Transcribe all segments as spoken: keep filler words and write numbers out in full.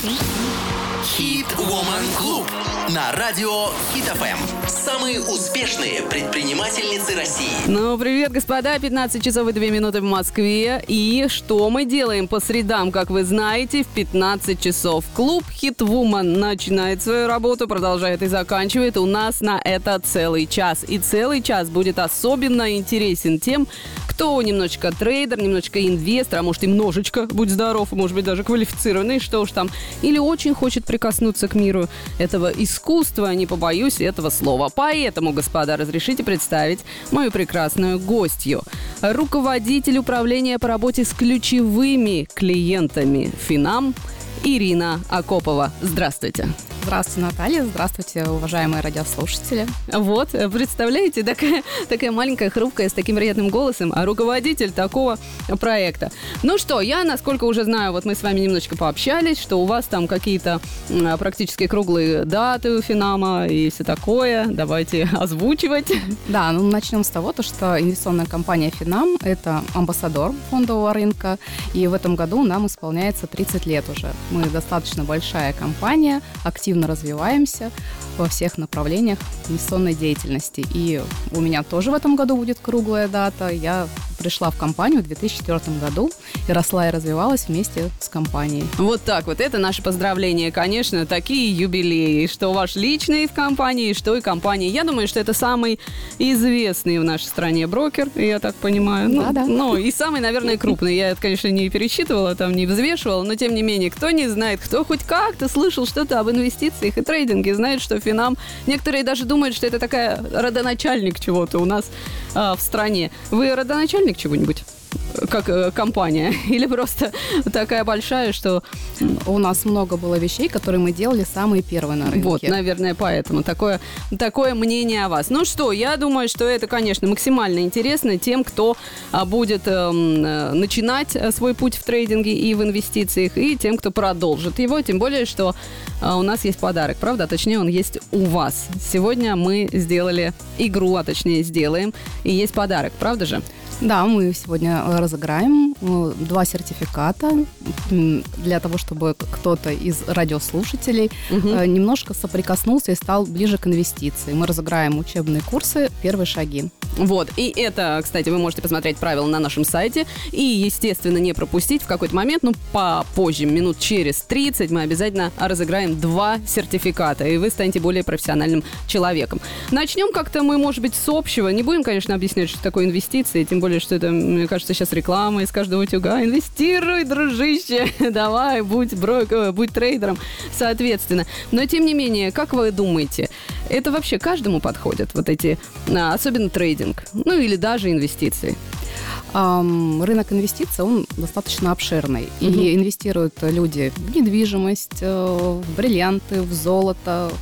Hit Woman Club на радио Hit эф эм. Самые успешные предпринимательницы России. Ну, привет, господа. пятнадцать часов и две минуты в Москве. И что мы делаем по средам, как вы знаете, в пятнадцать часов? Клуб Hit Woman начинает свою работу, продолжает и заканчивает. У нас на это целый час. И целый час будет особенно интересен тем, кто немножечко трейдер, немножечко инвестор, а может и немножечко, будь здоров, может быть даже квалифицированный, что уж там, или очень хочет прикоснуться к миру этого искусства, не побоюсь этого слова. Поэтому, господа, разрешите представить мою прекрасную гостью. Руководитель управления по работе с ключевыми клиентами Финам Ирина Акопова. Здравствуйте. Здравствуйте, Наталья. Здравствуйте, уважаемые радиослушатели. Вот, представляете, такая, такая маленькая, хрупкая, с таким приятным голосом, а руководитель такого проекта. Ну что, я, насколько уже знаю, вот мы с вами немножечко пообщались, что у вас там какие-то м, практически круглые даты у Финама и все такое. Давайте озвучивать. Да, ну начнем с того, то, что инвестиционная компания Финам – это амбассадор фондового рынка, и в этом году нам исполняется тридцать лет уже. Мы достаточно большая компания, активно развиваемся во всех направлениях инвестиционной деятельности. И у меня тоже в этом году будет круглая дата. Я пришла в компанию в две тысячи четвёртом году и росла и развивалась вместе с компанией. Вот так вот. Это наше поздравление, конечно, такие юбилеи, что ваш личный в компании, что и компании. Я думаю, что это самый известный в нашей стране брокер, я так понимаю. Ну, да, да. Ну, и самый, наверное, крупный. Я это, конечно, не пересчитывала, там не взвешивала, но тем не менее, кто не знает, кто хоть как-то слышал что-то об инвестициях и трейдинге, знает, что Финам, некоторые даже думают, что это такая родоначальник чего-то у нас а, в стране. Вы родоначальник чего-нибудь? Как э, компания? Или просто такая большая, что... У нас много было вещей, которые мы делали самые первые на рынке. Вот, наверное, поэтому такое, такое мнение о вас. Ну что, я думаю, что это, конечно, максимально интересно тем, кто а, будет э, начинать свой путь в трейдинге и в инвестициях, и тем, кто продолжит его. Тем более, что а, у нас есть подарок, правда? Точнее, он есть у вас. Сегодня мы сделали игру, а точнее сделаем, и есть подарок, правда же? Да, мы сегодня разыграем два сертификата для того, чтобы кто-то из радиослушателей угу. немножко соприкоснулся и стал ближе к инвестиции. Мы разыграем учебные курсы «Первые шаги». Вот, и это, кстати, вы можете посмотреть правила на нашем сайте и, естественно, не пропустить в какой-то момент, ну, попозже, минут через тридцать мы обязательно разыграем два сертификата, и вы станете более профессиональным человеком. Начнем как-то мы, может быть, с общего. Не будем, конечно, объяснять, что такое инвестиции, тем более, что это, мне кажется, сейчас реклама из каждого утюга. Инвестируй, дружище, давай, будь брокером, будь трейдером, соответственно. Но, тем не менее, как вы думаете, это вообще каждому подходит, вот эти, особенно трейдинг, ну или даже инвестиции? Um, рынок инвестиций, он достаточно обширный. Mm-hmm. И инвестируют люди в недвижимость, в бриллианты, в золото,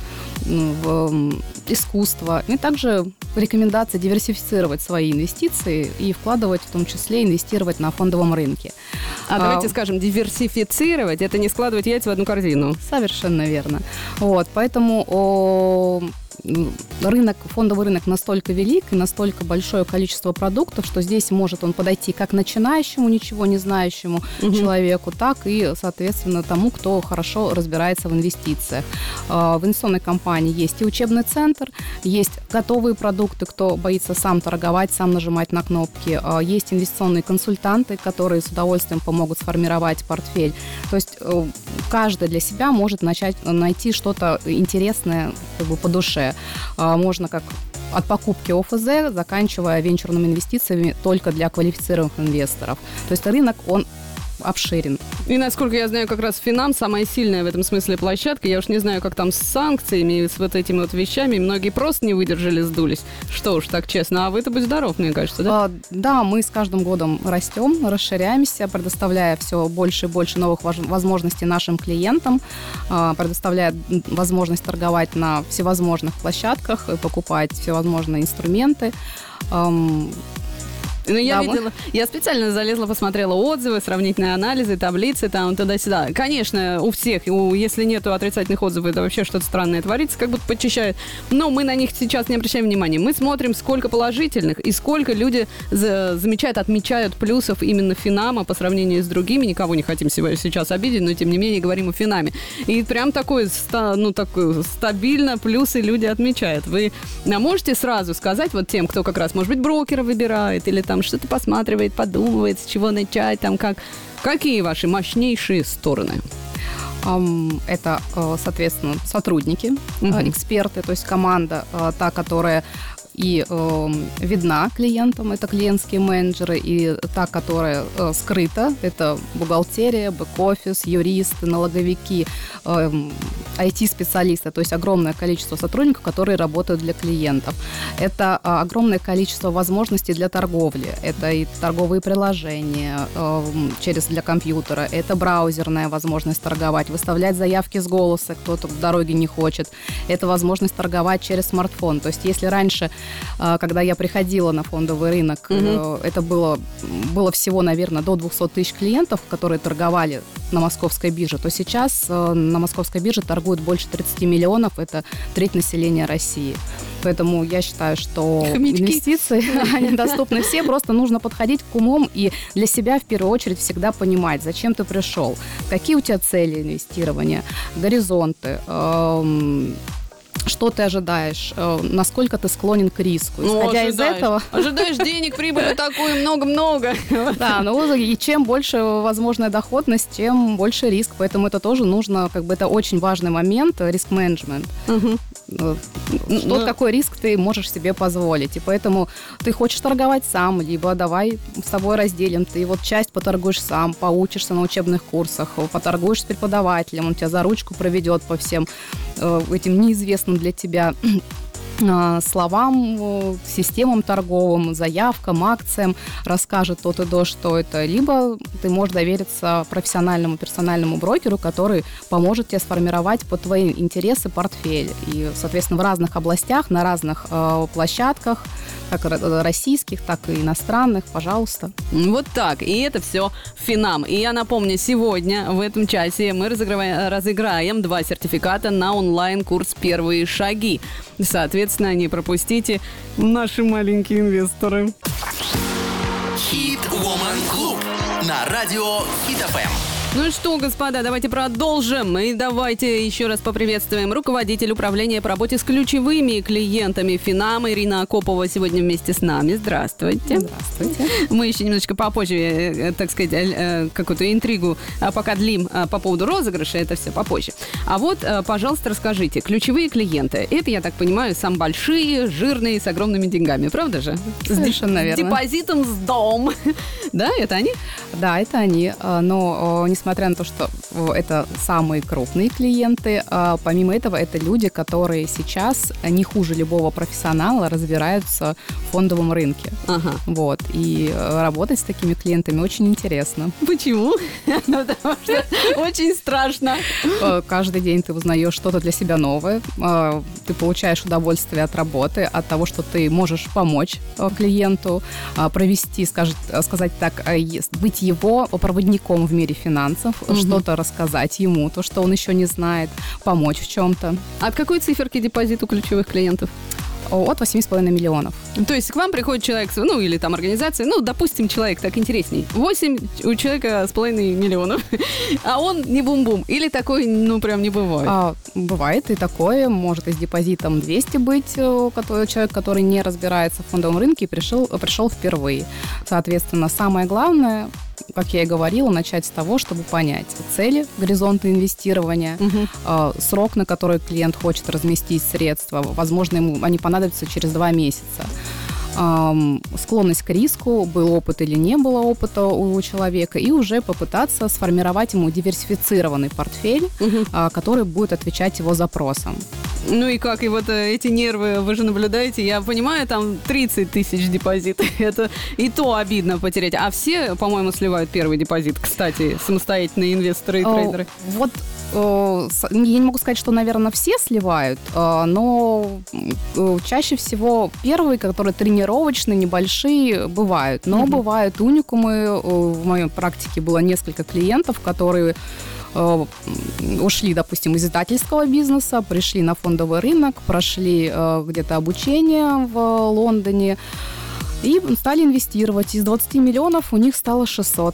в искусство. И также рекомендация диверсифицировать свои инвестиции и вкладывать, в том числе инвестировать на фондовом рынке. А, а давайте скажем, диверсифицировать – это не складывать яйца в одну корзину. Совершенно верно. Вот, поэтому о, рынок, фондовый рынок настолько велик и настолько большое количество продуктов, что здесь может он подойти как начинающему, ничего не знающему угу. человеку, так и, соответственно, тому, кто хорошо разбирается в инвестициях. В инвестиционной компании есть и учебный центр, есть готовые продукты, кто боится сам торговать, сам нажимать на кнопки. Есть инвестиционные консультанты, которые с удовольствием помогут сформировать портфель. То есть каждый для себя может начать найти что-то интересное как бы, по душе. Можно как от покупки О Ф З, заканчивая венчурными инвестициями только для квалифицированных инвесторов. То есть рынок, он обширен. И, насколько я знаю, как раз Финам самая сильная в этом смысле площадка. Я уж не знаю, как там с санкциями, с вот этими вот вещами. Многие просто не выдержали, сдулись. Что уж, так честно. А вы-то будь здоров, мне кажется, да? А, да, мы с каждым годом растем, расширяемся, предоставляя все больше и больше новых возможностей нашим клиентам, предоставляя возможность торговать на всевозможных площадках, покупать всевозможные инструменты. Ну, я Да, видела, я специально залезла, посмотрела отзывы, сравнительные анализы, таблицы, там, туда-сюда. Конечно, у всех, у, если нету отрицательных отзывов, это вообще что-то странное творится, как будто подчищают. Но мы на них сейчас не обращаем внимания. Мы смотрим, сколько положительных и сколько люди за, замечают, отмечают плюсов именно Финама по сравнению с другими. Никого не хотим сейчас обидеть, но тем не менее говорим о Финаме. И прям такой, ну, такой стабильно плюсы люди отмечают. Вы можете сразу сказать вот тем, кто как раз, может быть, брокера выбирает или там что-то посматривает, подумывает, с чего начать, там как. Какие ваши мощнейшие стороны? Это, соответственно, сотрудники, угу. эксперты, то есть команда, та, которая и э, видна клиентам, это клиентские менеджеры, и та, которая э, скрыта, это бухгалтерия, бэк-офис, юристы, налоговики, э, ай ти-специалисты, то есть огромное количество сотрудников, которые работают для клиентов. Это э, огромное количество возможностей для торговли, это и торговые приложения э, через для компьютера, это браузерная возможность торговать, выставлять заявки с голоса, кто-то в дороге не хочет, это возможность торговать через смартфон. То есть если раньше, когда я приходила на фондовый рынок, mm-hmm. это было, было всего, наверное, до двести тысяч клиентов, которые торговали на московской бирже, то сейчас на московской бирже торгуют больше тридцать миллионов, это треть населения России. Поэтому я считаю, что Хомячки. Инвестиции, они доступны все, просто нужно подходить к умом и для себя в первую очередь всегда понимать, зачем ты пришел, какие у тебя цели инвестирования, горизонты, эм, что ты ожидаешь, насколько ты склонен к риску. Исходя ну, из этого... Ожидаешь денег, прибыли такую, много-много. Да, ну и чем больше возможная доходность, тем больше риск. Поэтому это тоже нужно, как бы это очень важный момент, риск-менеджмент. Угу. Что, ну, какой риск ты можешь себе позволить. И поэтому ты хочешь торговать сам, либо давай с тобой разделим. Ты вот часть поторгуешь сам, поучишься на учебных курсах, поторгуешь с преподавателем, он тебя за ручку проведет по всем э, этим неизвестным для тебя словам, системам торговым, заявкам, акциям, расскажет тот и до, что это. Либо ты можешь довериться профессиональному персональному брокеру, который поможет тебе сформировать под твои интересы портфель. И, соответственно, в разных областях, на разных э, площадках, как российских, так и иностранных, пожалуйста. Вот так. И это все Финам. И я напомню, сегодня в этом часе мы разыграем, разыграем два сертификата на онлайн-курс «Первые шаги». Соответственно, не пропустите, наши маленькие инвесторы. Hit Woman Club на радио Hit эф эм. Ну что, господа, давайте продолжим. И давайте еще раз поприветствуем руководитель управления по работе с ключевыми клиентами Финама Ирина Акопова сегодня вместе с нами. Здравствуйте. Здравствуйте. Мы еще немножечко попозже, так сказать, какую-то интригу пока длим по поводу розыгрыша, это все попозже. А вот, пожалуйста, расскажите, ключевые клиенты, это, я так понимаю, сам большие, жирные, с огромными деньгами, правда же? Совершенно верно. С депозитом с дом. Да, это они? Да, это они, но не несмотря на то, что это самые крупные клиенты, помимо этого, это люди, которые сейчас не хуже любого профессионала разбираются в фондовом рынке. Ага. Вот. И работать с такими клиентами очень интересно. Почему? Потому что очень страшно. Каждый день ты узнаешь что-то для себя новое. Ты получаешь удовольствие от работы, от того, что ты можешь помочь клиенту, провести, сказать так, быть его проводником в мире финансов, угу. что-то рассказать ему, то, что он еще не знает, помочь в чем-то. От какой циферки депозит у ключевых клиентов? От восемь с половиной миллионов. То есть к вам приходит человек, ну или там организация, ну, допустим, человек так интересней. восемь у человека с половиной миллионов, а он не бум-бум. Или такой, ну, прям не бывает? А, бывает и такое. Может и с депозитом двести быть, который, человек, который не разбирается в фондовом рынке и пришел, пришел впервые. Соответственно, самое главное, как я и говорила, начать с того, чтобы понять цели, горизонты инвестирования, угу. э, срок, на который клиент хочет разместить средства. Возможно, ему они понадобятся через два месяца. Эм, склонность к риску, был опыт или не было опыта у человека, и уже попытаться сформировать ему диверсифицированный портфель, угу. э, который будет отвечать его запросам. Ну и как, и вот эти нервы вы же наблюдаете, я понимаю, там тридцать тысяч депозит, это и то обидно потерять, а все, по-моему, сливают первый депозит, кстати, самостоятельные инвесторы и трейдеры. Вот э, я не могу сказать, что, наверное, все сливают, э, но э, чаще всего первые, которые тренировочные, небольшие, бывают. Но mm-hmm. бывают уникумы. Э, в моей практике было несколько клиентов, которые э, ушли, допустим, из издательского бизнеса, пришли на фондовый рынок, прошли э, где-то обучение в Лондоне, и стали инвестировать. Из двадцати миллионов у них стало шестьсот.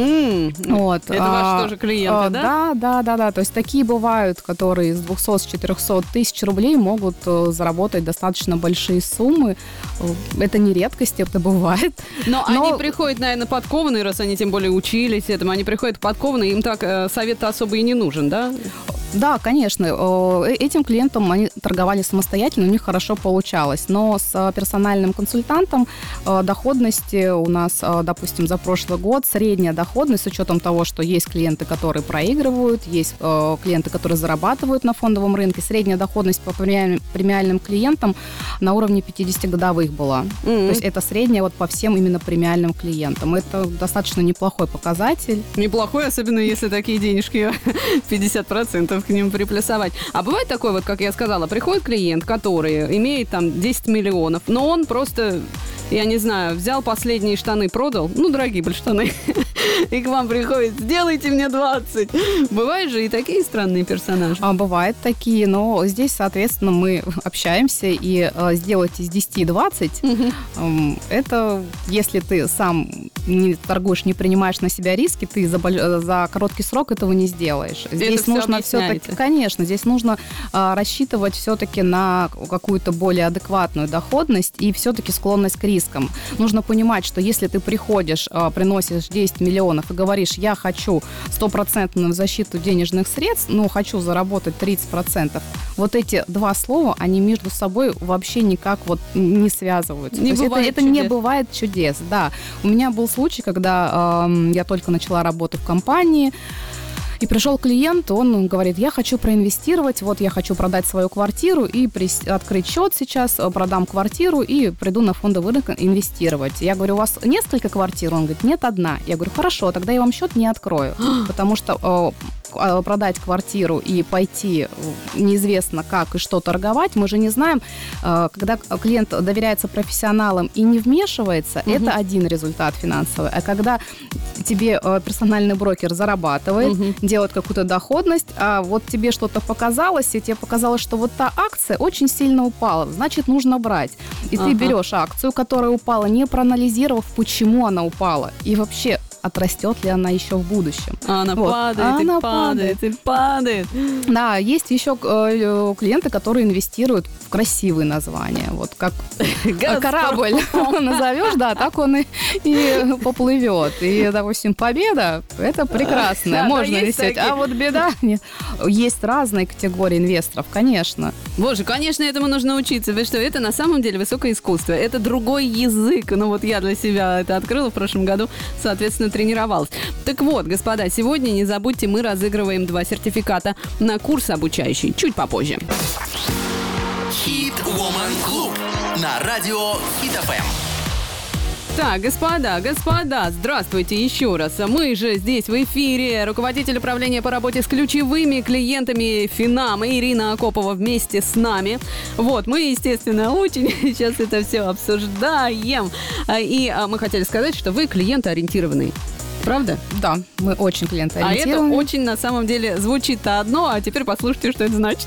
Mm, вот. Это а, ваши тоже клиенты, а, да? Да, да, да, да. То есть такие бывают, которые из двухсот-четырехсот тысяч рублей могут заработать достаточно большие суммы. Это не редкость, это бывает. Но, Но они приходят, наверное, подкованные, раз они тем более учились этому, они приходят подкованные, им так э, совет особо и не нужен, да? Да, конечно. Этим клиентам они торговали самостоятельно, у них хорошо получалось. Но с персональным консультантом доходности у нас, допустим, за прошлый год средняя доходность, с учетом того, что есть клиенты, которые проигрывают, есть клиенты, которые зарабатывают на фондовом рынке, средняя доходность по премиальным клиентам на уровне пятьдесят годовых была. Mm-hmm. То есть это средняя вот по всем именно премиальным клиентам. Это достаточно неплохой показатель. Неплохой, особенно если такие денежки пятьдесят процентов к ним приплюсовать. А бывает такое, вот как я сказала, приходит клиент, который имеет там десять миллионов, но он просто, я не знаю, взял последние штаны, продал, ну, дорогие были штаны, и к вам приходит, сделайте мне двадцать. Бывают же и такие странные персонажи. А бывают такие, но здесь, соответственно, мы общаемся, и э, сделать из десяти двадцать, угу. э, это если ты сам не торгуешь, не принимаешь на себя риски, ты за, за короткий срок этого не сделаешь. Здесь это нужно все-таки, конечно, здесь нужно э, рассчитывать все-таки на какую-то более адекватную доходность и все-таки склонность к рискам. Нужно понимать, что если ты приходишь, э, приносишь десять миллионов и говоришь, я хочу стопроцентную защиту денежных средств, но хочу заработать тридцать процентов, вот эти два слова, они между собой вообще никак вот не связываются. Не То есть это, это не бывает чудес, да. У меня был случай, когда э, я только начала работу в компании, и пришел клиент, он говорит, я хочу проинвестировать, вот я хочу продать свою квартиру и при- открыть счет сейчас, продам квартиру и приду на фондовый рынок инвестировать. Я говорю, у вас несколько квартир? Он говорит, нет, одна. Я говорю, хорошо, тогда я вам счет не открою, потому что э, продать квартиру и пойти неизвестно как и что торговать, мы же не знаем. Э, когда клиент доверяется профессионалам и не вмешивается, угу. это один результат финансовый. А когда тебе э, персональный брокер зарабатывает, угу. делает какую-то доходность, а вот тебе что-то показалось, и тебе показалось, что вот та акция очень сильно упала, значит, нужно брать. И ага. ты берешь акцию, которая упала, не проанализировав, почему она упала, и вообще отрастет ли она еще в будущем. А она вот. падает, а и она падает, падает, и падает. Да, есть еще э, клиенты, которые инвестируют в красивые названия. Вот как корабль назовешь, да, так он и, и поплывет. И, допустим, победа, это прекрасно, можно инвестировать. А вот беда, нет. Есть разные категории инвесторов, конечно. Боже, конечно, этому нужно учиться. Вы что, это на самом деле высокое искусство. Это другой язык. Ну вот я для себя это открыла в прошлом году, соответственно, тренировалась. Так вот, господа, сегодня не забудьте, мы разыгрываем два сертификата на курс обучающий. Чуть попозже. Hit Woman Club на радио Hit эф эм. Так, господа, господа, здравствуйте еще раз. Мы же здесь в эфире. Руководитель управления по работе с ключевыми клиентами Финам Ирина Акопова вместе с нами. Вот, мы, естественно, очень сейчас это все обсуждаем. И мы хотели сказать, что вы клиентоориентированный. Правда? Да, мы очень клиентоориентированы. А это очень, на самом деле, звучит-то одно, а теперь послушайте, что это значит.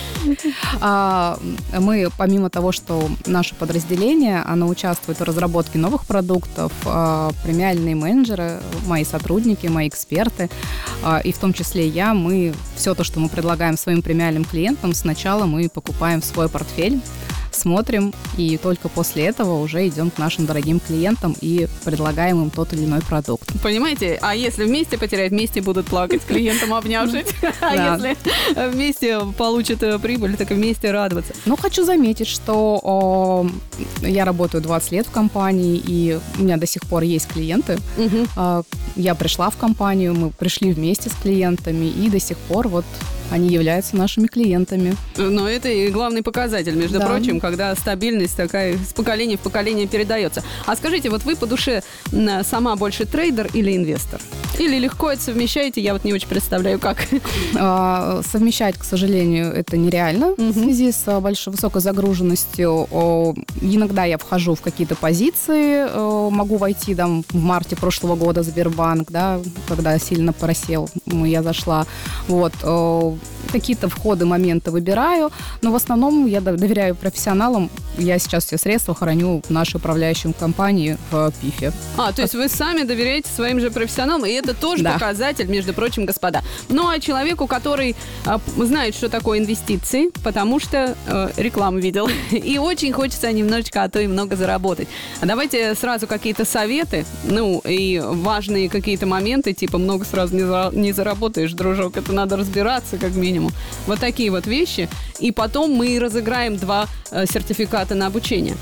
А, мы, помимо того, что наше подразделение, оно участвует в разработке новых продуктов, а, премиальные менеджеры, мои сотрудники, мои эксперты, а, и в том числе я, мы все то, что мы предлагаем своим премиальным клиентам, сначала мы покупаем в свой портфель, смотрим, и только после этого уже идем к нашим дорогим клиентам и предлагаем им тот или иной продукт. Понимаете? А если вместе потерять, вместе будут плакать с клиентом, обнявшись. А если вместе получат прибыль, так и вместе радоваться. Ну, хочу заметить, что я работаю двадцать лет в компании, и у меня до сих пор есть клиенты. Я пришла в компанию, мы пришли вместе с клиентами, и до сих пор вот они являются нашими клиентами. Но это и главный показатель, между Да. прочим, когда стабильность такая с поколения в поколение передается. А скажите, вот вы по душе м, сама больше трейдер или инвестор? Или легко это совмещаете? Я вот не очень представляю, как. А, Совмещать, к сожалению, это нереально Мгм. в связи с а, большой высокой загруженностью. О, Иногда я вхожу в какие-то позиции, э, могу войти там в марте прошлого года в Сбербанк, да, когда сильно просел, м, я зашла. Вот. э, Какие-то входы, моменты выбираю, но в основном я до- доверяю профессионалам. Я сейчас все средства храню в нашей управляющей компании в ПИФе. А, то есть вы сами доверяете своим же профессионалам, и это тоже Да. показатель, между прочим, господа. Ну, а человеку, который а, п- знает, что такое инвестиции, потому что э, рекламу видел, и очень хочется немножечко, а то и много заработать. А давайте сразу какие-то советы, ну, и важные какие-то моменты, типа много сразу не, за- не заработаешь, дружок, это надо разбираться, как минимум. Вот такие вот вещи. И потом мы разыграем два э, сертификата на обучение.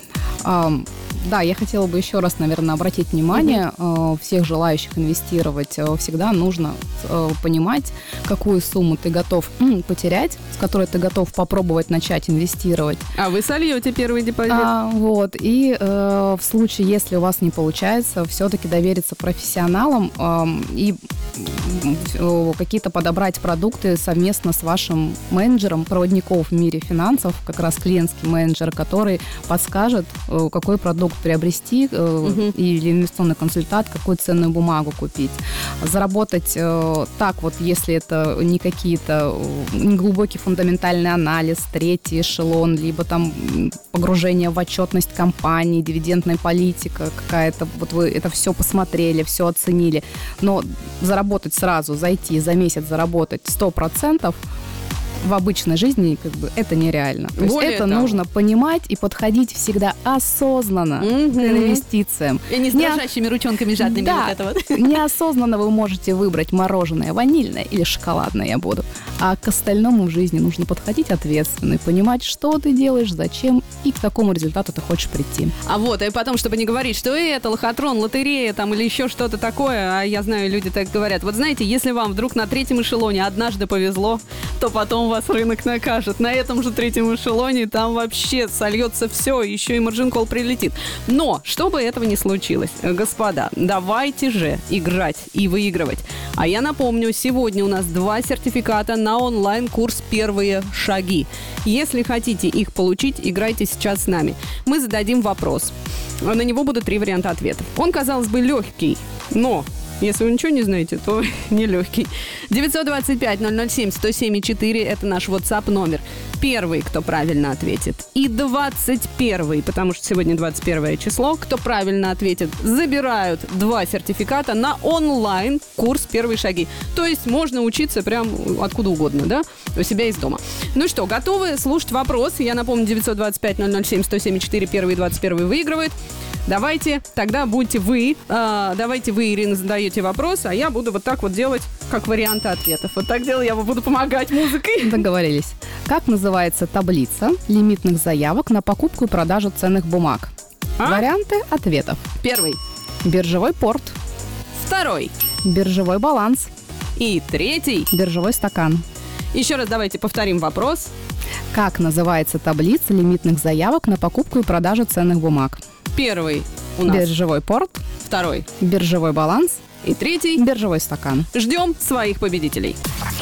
Ам, Да, я хотела бы еще раз, наверное, обратить внимание э, всех желающих инвестировать. э, Всегда нужно э, понимать, какую сумму ты готов м, потерять, с которой ты готов попробовать начать инвестировать. А вы сольете первый депозит? А, вот. И э, в случае, если у вас не получается, все-таки довериться профессионалам эм, и м, э, какие-то подобрать продукты совместно с вашим менеджером проводников в мире финансов, как раз клиентский менеджер, который подскажет, э, какой продукт приобрести э, Мгм. или инвестиционный консультант, какую ценную бумагу купить. Заработать э, так вот, если это не какие-то э, не глубокий фундаментальный анализ, третий эшелон, либо там м, погружение в отчетность компании, дивидендная политика какая-то, вот вы это все посмотрели, все оценили, но заработать сразу, зайти за месяц заработать сто процентов в обычной жизни как бы это нереально. То есть Более это того. нужно понимать и подходить всегда осознанно Мгм. к инвестициям. И не с Не- дрожащими ручонками жадными Да. вот это вот. Неосознанно вы можете выбрать мороженое ванильное или шоколадное я буду. А к остальному в жизни нужно подходить ответственно и понимать, что ты делаешь, зачем и к какому результату ты хочешь прийти. А вот, и потом, чтобы не говорить, что это лохотрон, лотерея там или еще что-то такое, а я знаю, люди так говорят. Вот знаете, если вам вдруг на третьем эшелоне однажды повезло, то потом вас рынок накажет. На этом же третьем эшелоне там вообще сольется все, еще и маржин-колл прилетит. Но, чтобы этого не случилось, э, господа, давайте же играть и выигрывать. А я напомню, сегодня у нас два сертификата на онлайн-курс «Первые шаги». Если хотите их получить, играйте сейчас с нами. Мы зададим вопрос. На него будут три варианта ответов. Он, казалось бы, легкий, но... Если вы ничего не знаете, то нелегкий. девятьсот двадцать пять ноль ноль семь сто семь четыре – это наш WhatsApp номер. Первый, кто правильно ответит. И двадцать первый, потому что сегодня двадцать первое число, кто правильно ответит, забирают два сертификата на онлайн-курс «Первые шаги». То есть можно учиться прям откуда угодно, да? У себя из дома. Ну что, готовы слушать вопрос? Я напомню, девятьсот двадцать пять ноль ноль семь сто семь четыре, первый и двадцать первый выигрывает. Давайте, тогда будьте вы, э, давайте вы, Ирина, задаете вопрос, а я буду вот так вот делать, как варианты ответов. Вот так делаю, я вам буду помогать музыкой. Договорились. Как называется таблица лимитных заявок на покупку и продажу ценных бумаг? А? Варианты ответов. Первый, Биржевой порт, второй биржевой баланс, и третий. биржевой стакан. Еще раз давайте повторим вопрос. Как называется таблица лимитных заявок на покупку и продажу ценных бумаг? Первый у нас, Биржевой порт, второй биржевой баланс, и третий. биржевой стакан. Ждем своих победителей.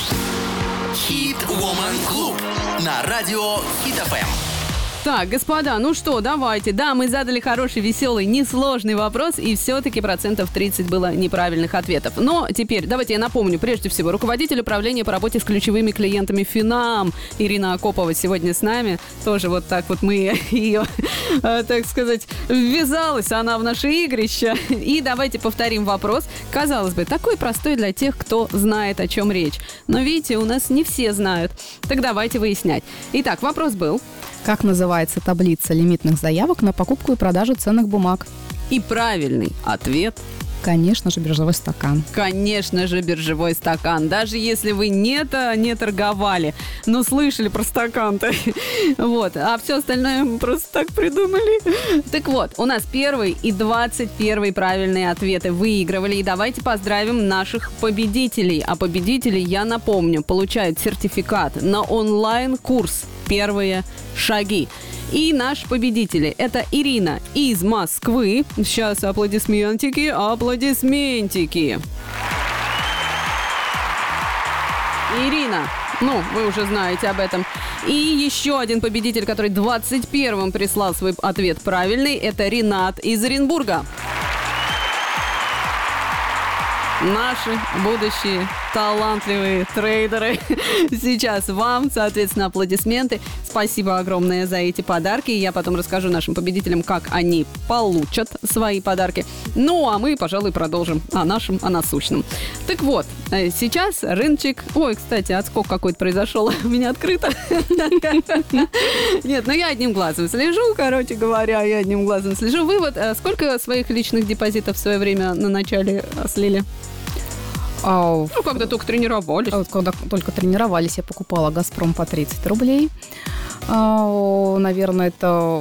Хит Woman Club на радио Хит эф эм. Так, господа, ну что, давайте. Да, мы задали хороший, веселый, несложный вопрос, и все-таки процентов тридцать было неправильных ответов. Но теперь, давайте я напомню, прежде всего, руководитель управления по работе с ключевыми клиентами Финам Ирина Акопова сегодня с нами. Тоже вот так вот мы ее, так сказать, ввязалась она в наше игрище. И давайте повторим вопрос. Казалось бы, такой простой для тех, кто знает, о чем речь. Но видите, у нас не все знают. Так давайте выяснять. Итак, вопрос был... Как называется таблица лимитных заявок на покупку и продажу ценных бумаг? И правильный ответ Конечно же, биржевой стакан. Конечно же, биржевой стакан. Даже если вы не, -то, не торговали, но слышали про стакан-то. Вот. А все остальное мы просто так придумали. Так вот, у нас первый и двадцать первый правильные ответы выигрывали. И давайте поздравим наших победителей. А победители, я напомню, получают сертификат на онлайн-курс «Первые шаги». И наши победители – это Ирина из Москвы. Сейчас аплодисментики, аплодисментики. Ирина, ну, вы уже знаете об этом. И еще один победитель, который двадцать первым прислал свой ответ правильный, это Ренат из Оренбурга. Наши будущие талантливые трейдеры. Сейчас вам, соответственно, аплодисменты. Спасибо огромное за эти подарки. Я потом расскажу нашим победителям, как они получат свои подарки. Ну, а мы, пожалуй, продолжим о нашем, о насущном. Так вот, сейчас рыночек... Ой, кстати, отскок какой-то произошел. У меня открыто. Нет, ну я одним глазом слежу, короче говоря, я одним глазом слежу. Вы вот сколько своих личных депозитов в свое время на начале слили? А, ну, когда только тренировались. Когда только тренировались, я покупала «Газпром» по тридцать рублей. А, наверное, это...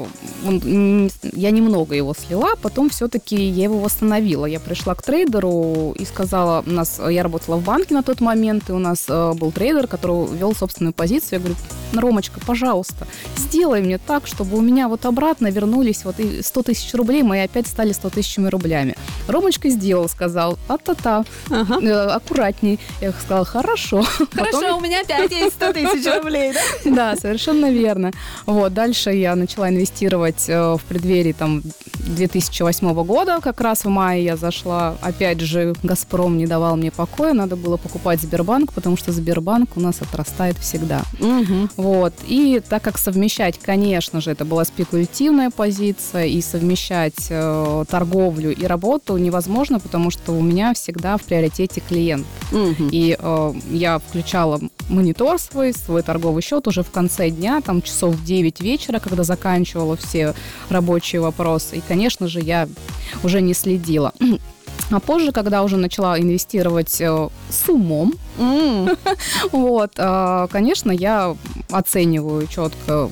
Я немного его слила, потом все-таки я его восстановила. Я пришла к трейдеру и сказала... У нас, я работала в банке на тот момент, и у нас был трейдер, который вел собственную позицию. Я говорю: Ромочка, пожалуйста, сделай мне так, чтобы у меня вот обратно вернулись вот и сто тысяч рублей, мои опять стали сто тысячами рублями. Ромочка сделал, сказал: а-та-та, ага. аккуратней. Я сказала: хорошо. Хорошо, потом... у меня опять есть сто тысяч рублей, да? Да, совершенно верно. Вот, дальше я начала инвестировать в преддверии там две тысячи восьмого года, как раз в мае я зашла. Опять же, «Газпром» не давал мне покоя, надо было покупать Сбербанк, потому что Сбербанк у нас отрастает всегда. Угу. Вот, и так как совмещать, конечно же, это была спекулятивная позиция, и совмещать э, торговлю и работу невозможно, потому что у меня всегда в приоритете клиент. Угу. И э, я включала монитор свой, свой торговый счет уже в конце дня, там часов в девять вечера, когда заканчивала все рабочие вопросы. И, конечно же, я уже не следила. А позже, когда уже начала инвестировать э, с умом, mm. вот, э, конечно, я оцениваю четко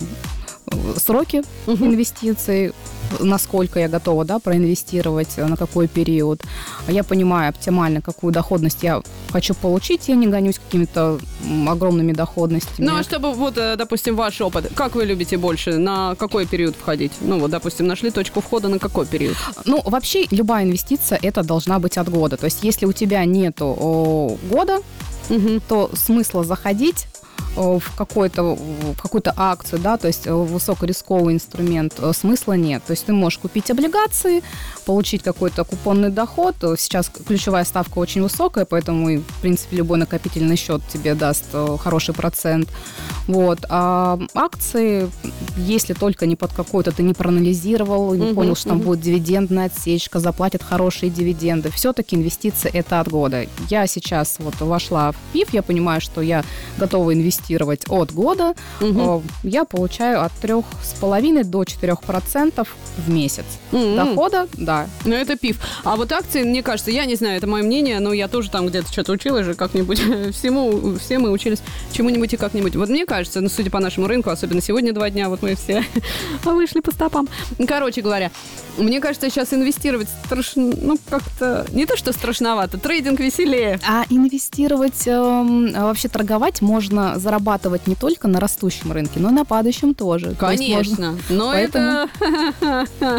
сроки uh-huh. инвестиций, насколько я готова, да, проинвестировать, на какой период. Я понимаю оптимально, какую доходность я хочу получить, я не гонюсь какими-то огромными доходностями. Ну, а чтобы, вот, допустим, ваш опыт, как вы любите больше, на какой период входить? Ну, вот, допустим, нашли точку входа, на какой период? Ну, вообще, любая инвестиция, это должна быть от года. То есть, если у тебя нету о, года, угу. то смысла заходить в, какой-то, в какую-то акцию, да, то есть высокорисковый инструмент, смысла нет. То есть ты можешь купить облигации, получить какой-то купонный доход. Сейчас ключевая ставка очень высокая, поэтому, в принципе, любой накопительный счет тебе даст хороший процент. Вот. А акции, если только не под какой-то, ты не проанализировал, не uh-huh, понял, что uh-huh. там будет дивидендная отсечка, заплатят хорошие дивиденды. Все-таки инвестиции – это от года. Я сейчас вот вошла в пиф, я понимаю, что я готова инвестировать от года. Uh-huh. Я получаю от трех с половиной до четырех процентов в месяц uh-huh. дохода, да. Ну, это пиф. А вот акции, мне кажется, я не знаю, это мое мнение, но я тоже там где-то что-то училась же как-нибудь. Всему, все мы учились чему-нибудь и как-нибудь. Вот мне кажется, ну, судя по нашему рынку, особенно сегодня два дня, вот мы все вышли по стопам. Короче говоря, мне кажется, сейчас инвестировать страшно, ну, как-то не то, что страшновато, трейдинг веселее. А инвестировать, э, вообще торговать можно зарабатывать не только на растущем рынке, но и на падающем тоже. Конечно, можно... но Поэтому... это...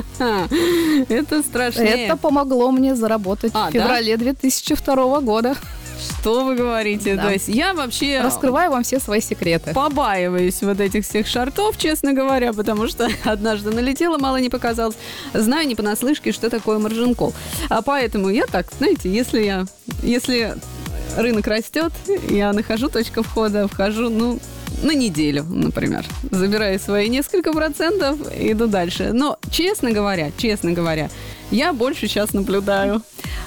это страшнее. Это помогло мне заработать а, в феврале да? две тысячи второго года. Что вы говорите? Да. То есть я вообще... Раскрываю вам все свои секреты. Побаиваюсь вот этих всех шортов, честно говоря, потому что однажды налетела, мало не показалось. Знаю не понаслышке, что такое маржин-колл. А поэтому я так, знаете, если я... Если рынок растет, я нахожу точку входа, вхожу, ну... на неделю, например. Забираю свои несколько процентов и иду дальше. Но, честно говоря, честно говоря, я больше сейчас наблюдаю.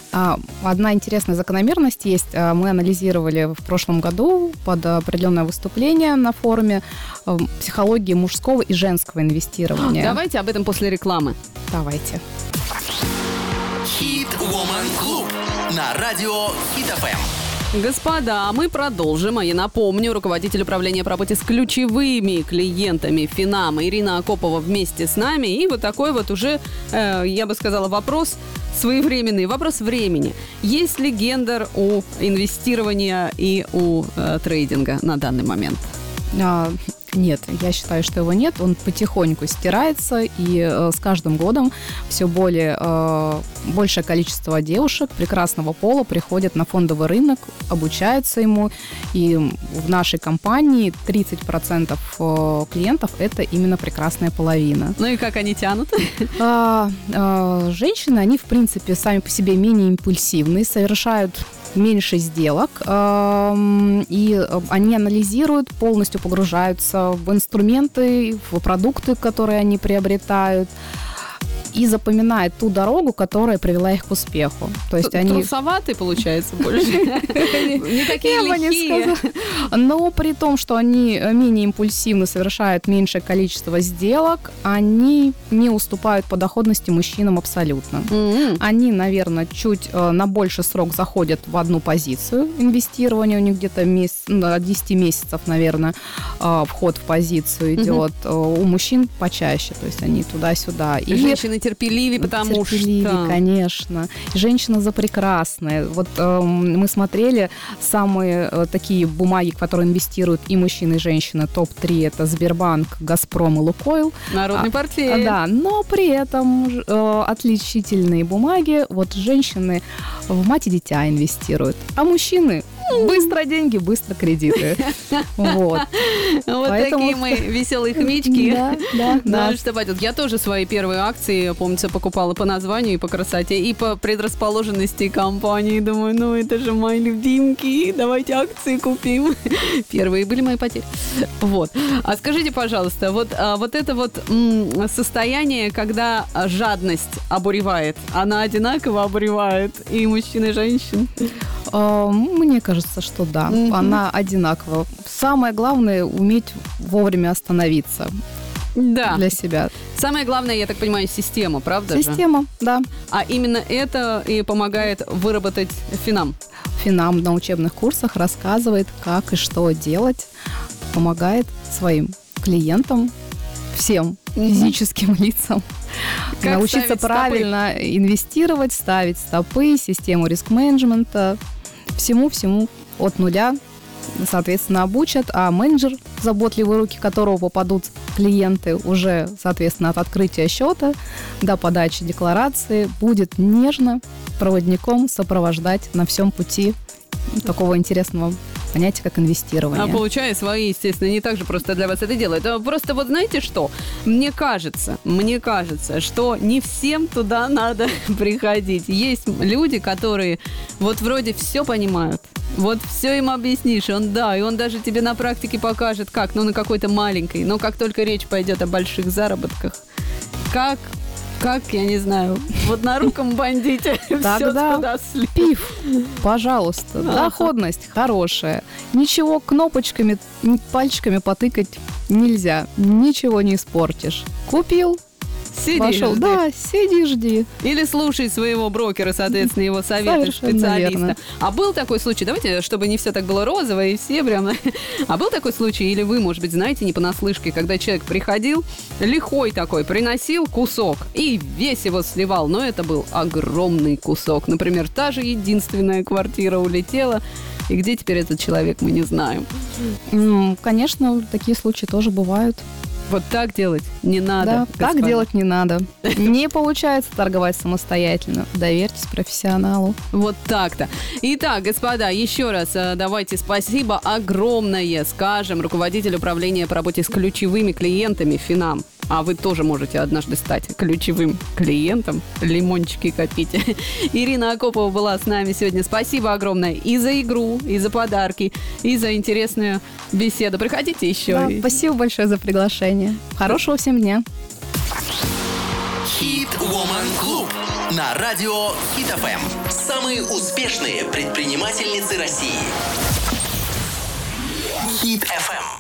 Одна интересная закономерность есть. Мы анализировали в прошлом году под определенное выступление на форуме психологии мужского и женского инвестирования. Давайте об этом после рекламы. Давайте. Hit Woman Club на радио Hit эф эм. Господа, мы продолжим. А я напомню, руководитель управления по работе с ключевыми клиентами Финам Ирина Акопова вместе с нами. И вот такой вот уже, э, я бы сказала, вопрос своевременный, вопрос времени. Есть ли гендер у инвестирования и у э, трейдинга на данный момент? А, нет, я считаю, что его нет. Он потихоньку стирается, и э, с каждым годом все более э, большее количество девушек прекрасного пола приходят на фондовый рынок, обучаются ему. И в нашей компании тридцать процентов э, клиентов – это именно прекрасная половина. Ну и как они тянут? А, а, женщины, они, в принципе, сами по себе менее импульсивные, совершают меньше сделок, э, и они анализируют, полностью погружаются в инструменты, в продукты, которые они приобретают, и запоминают ту дорогу, которая привела их к успеху. То есть они... Трусоватые, получается, больше. Не такие лихие. Но при том, что они менее импульсивно совершают меньшее количество сделок, они не уступают по доходности мужчинам абсолютно. Они, наверное, чуть на больший срок заходят в одну позицию инвестирования. У них где-то от десяти месяцев, наверное, вход в позицию идет. У мужчин почаще. То есть они туда-сюда. И женщины терпеливее, потому терпеливее, что... конечно. Женщина за прекрасная. Вот э, мы смотрели самые э, такие бумаги, в которые инвестируют и мужчины, и женщины. топ три это Сбербанк, Газпром и Лукойл. Народный а, портфель. Да, но при этом э, отличительные бумаги. Вот женщины в мать и дитя инвестируют, а мужчины быстро деньги, быстро кредиты. Вот. Вот такие мы веселые хомячки. Да, да, да. Ну, что пойдет. Я тоже свои первые акции, помнится, покупала по названию и по красоте, и по предрасположенности компании. Думаю, ну это же мои любимки, давайте акции купим. Первые были мои потери. Вот. А скажите, пожалуйста, вот, а, вот это вот м, состояние, когда жадность обуревает, она одинаково обуревает и мужчин, и женщин? Мне кажется, что да, mm-hmm. она одинакова. Самое главное — уметь вовремя остановиться. Да. Для себя. Самое главное, я так понимаю, система, правда же? Система, да. А именно это и помогает выработать Финам? Финам на учебных курсах рассказывает, как и что делать, помогает своим клиентам, всем mm-hmm. физическим лицам как научиться правильно стопы? Инвестировать, ставить стопы, систему риск-менеджмента, всему-всему от нуля, соответственно, обучат, а менеджер, в заботливые руки которого попадут клиенты уже, соответственно, от открытия счета до подачи декларации, будет нежно проводником сопровождать на всем пути такого интересного понятие, как инвестирование. А получая свои, естественно, не так же просто для вас это делают. Просто вот знаете что? Мне кажется, мне кажется, что не всем туда надо приходить. Есть люди, которые вот вроде все понимают, вот все им объяснишь, он да, и он даже тебе на практике покажет, как, ну на какой-то маленькой, но как только речь пойдет о больших заработках, как Как, я не знаю, вот на руком бандите все туда слив. Пиф, пожалуйста, доходность хорошая. Ничего кнопочками, пальчиками потыкать нельзя. Ничего не испортишь. Купил, сиди, пошел. жди. Да, сиди, жди. Или слушай своего брокера, соответственно, его советы, специалиста. Верно. А был такой случай, давайте, чтобы не все так было розово и все прям... А был такой случай, или вы, может быть, знаете, не понаслышке, когда человек приходил, лихой такой, приносил кусок и весь его сливал, но это был огромный кусок. Например, та же единственная квартира улетела, и где теперь этот человек, мы не знаем. Конечно, такие случаи тоже бывают. Вот так делать не надо. Да, господа. так делать не надо. Не получается торговать самостоятельно. Доверьтесь профессионалу. Вот так-то. Итак, господа, еще раз давайте спасибо огромное скажем руководителю управления по работе с ключевыми клиентами Финам. А вы тоже можете однажды стать ключевым клиентом. Лимончики копите. Ирина Акопова была с нами сегодня. Спасибо огромное и за игру, и за подарки, и за интересную беседу. Приходите еще. Да, спасибо большое за приглашение. Хорошего всем дня. Hit Woman Club на радио Hit эф эм. Самые успешные предпринимательницы России. Hit эф эм.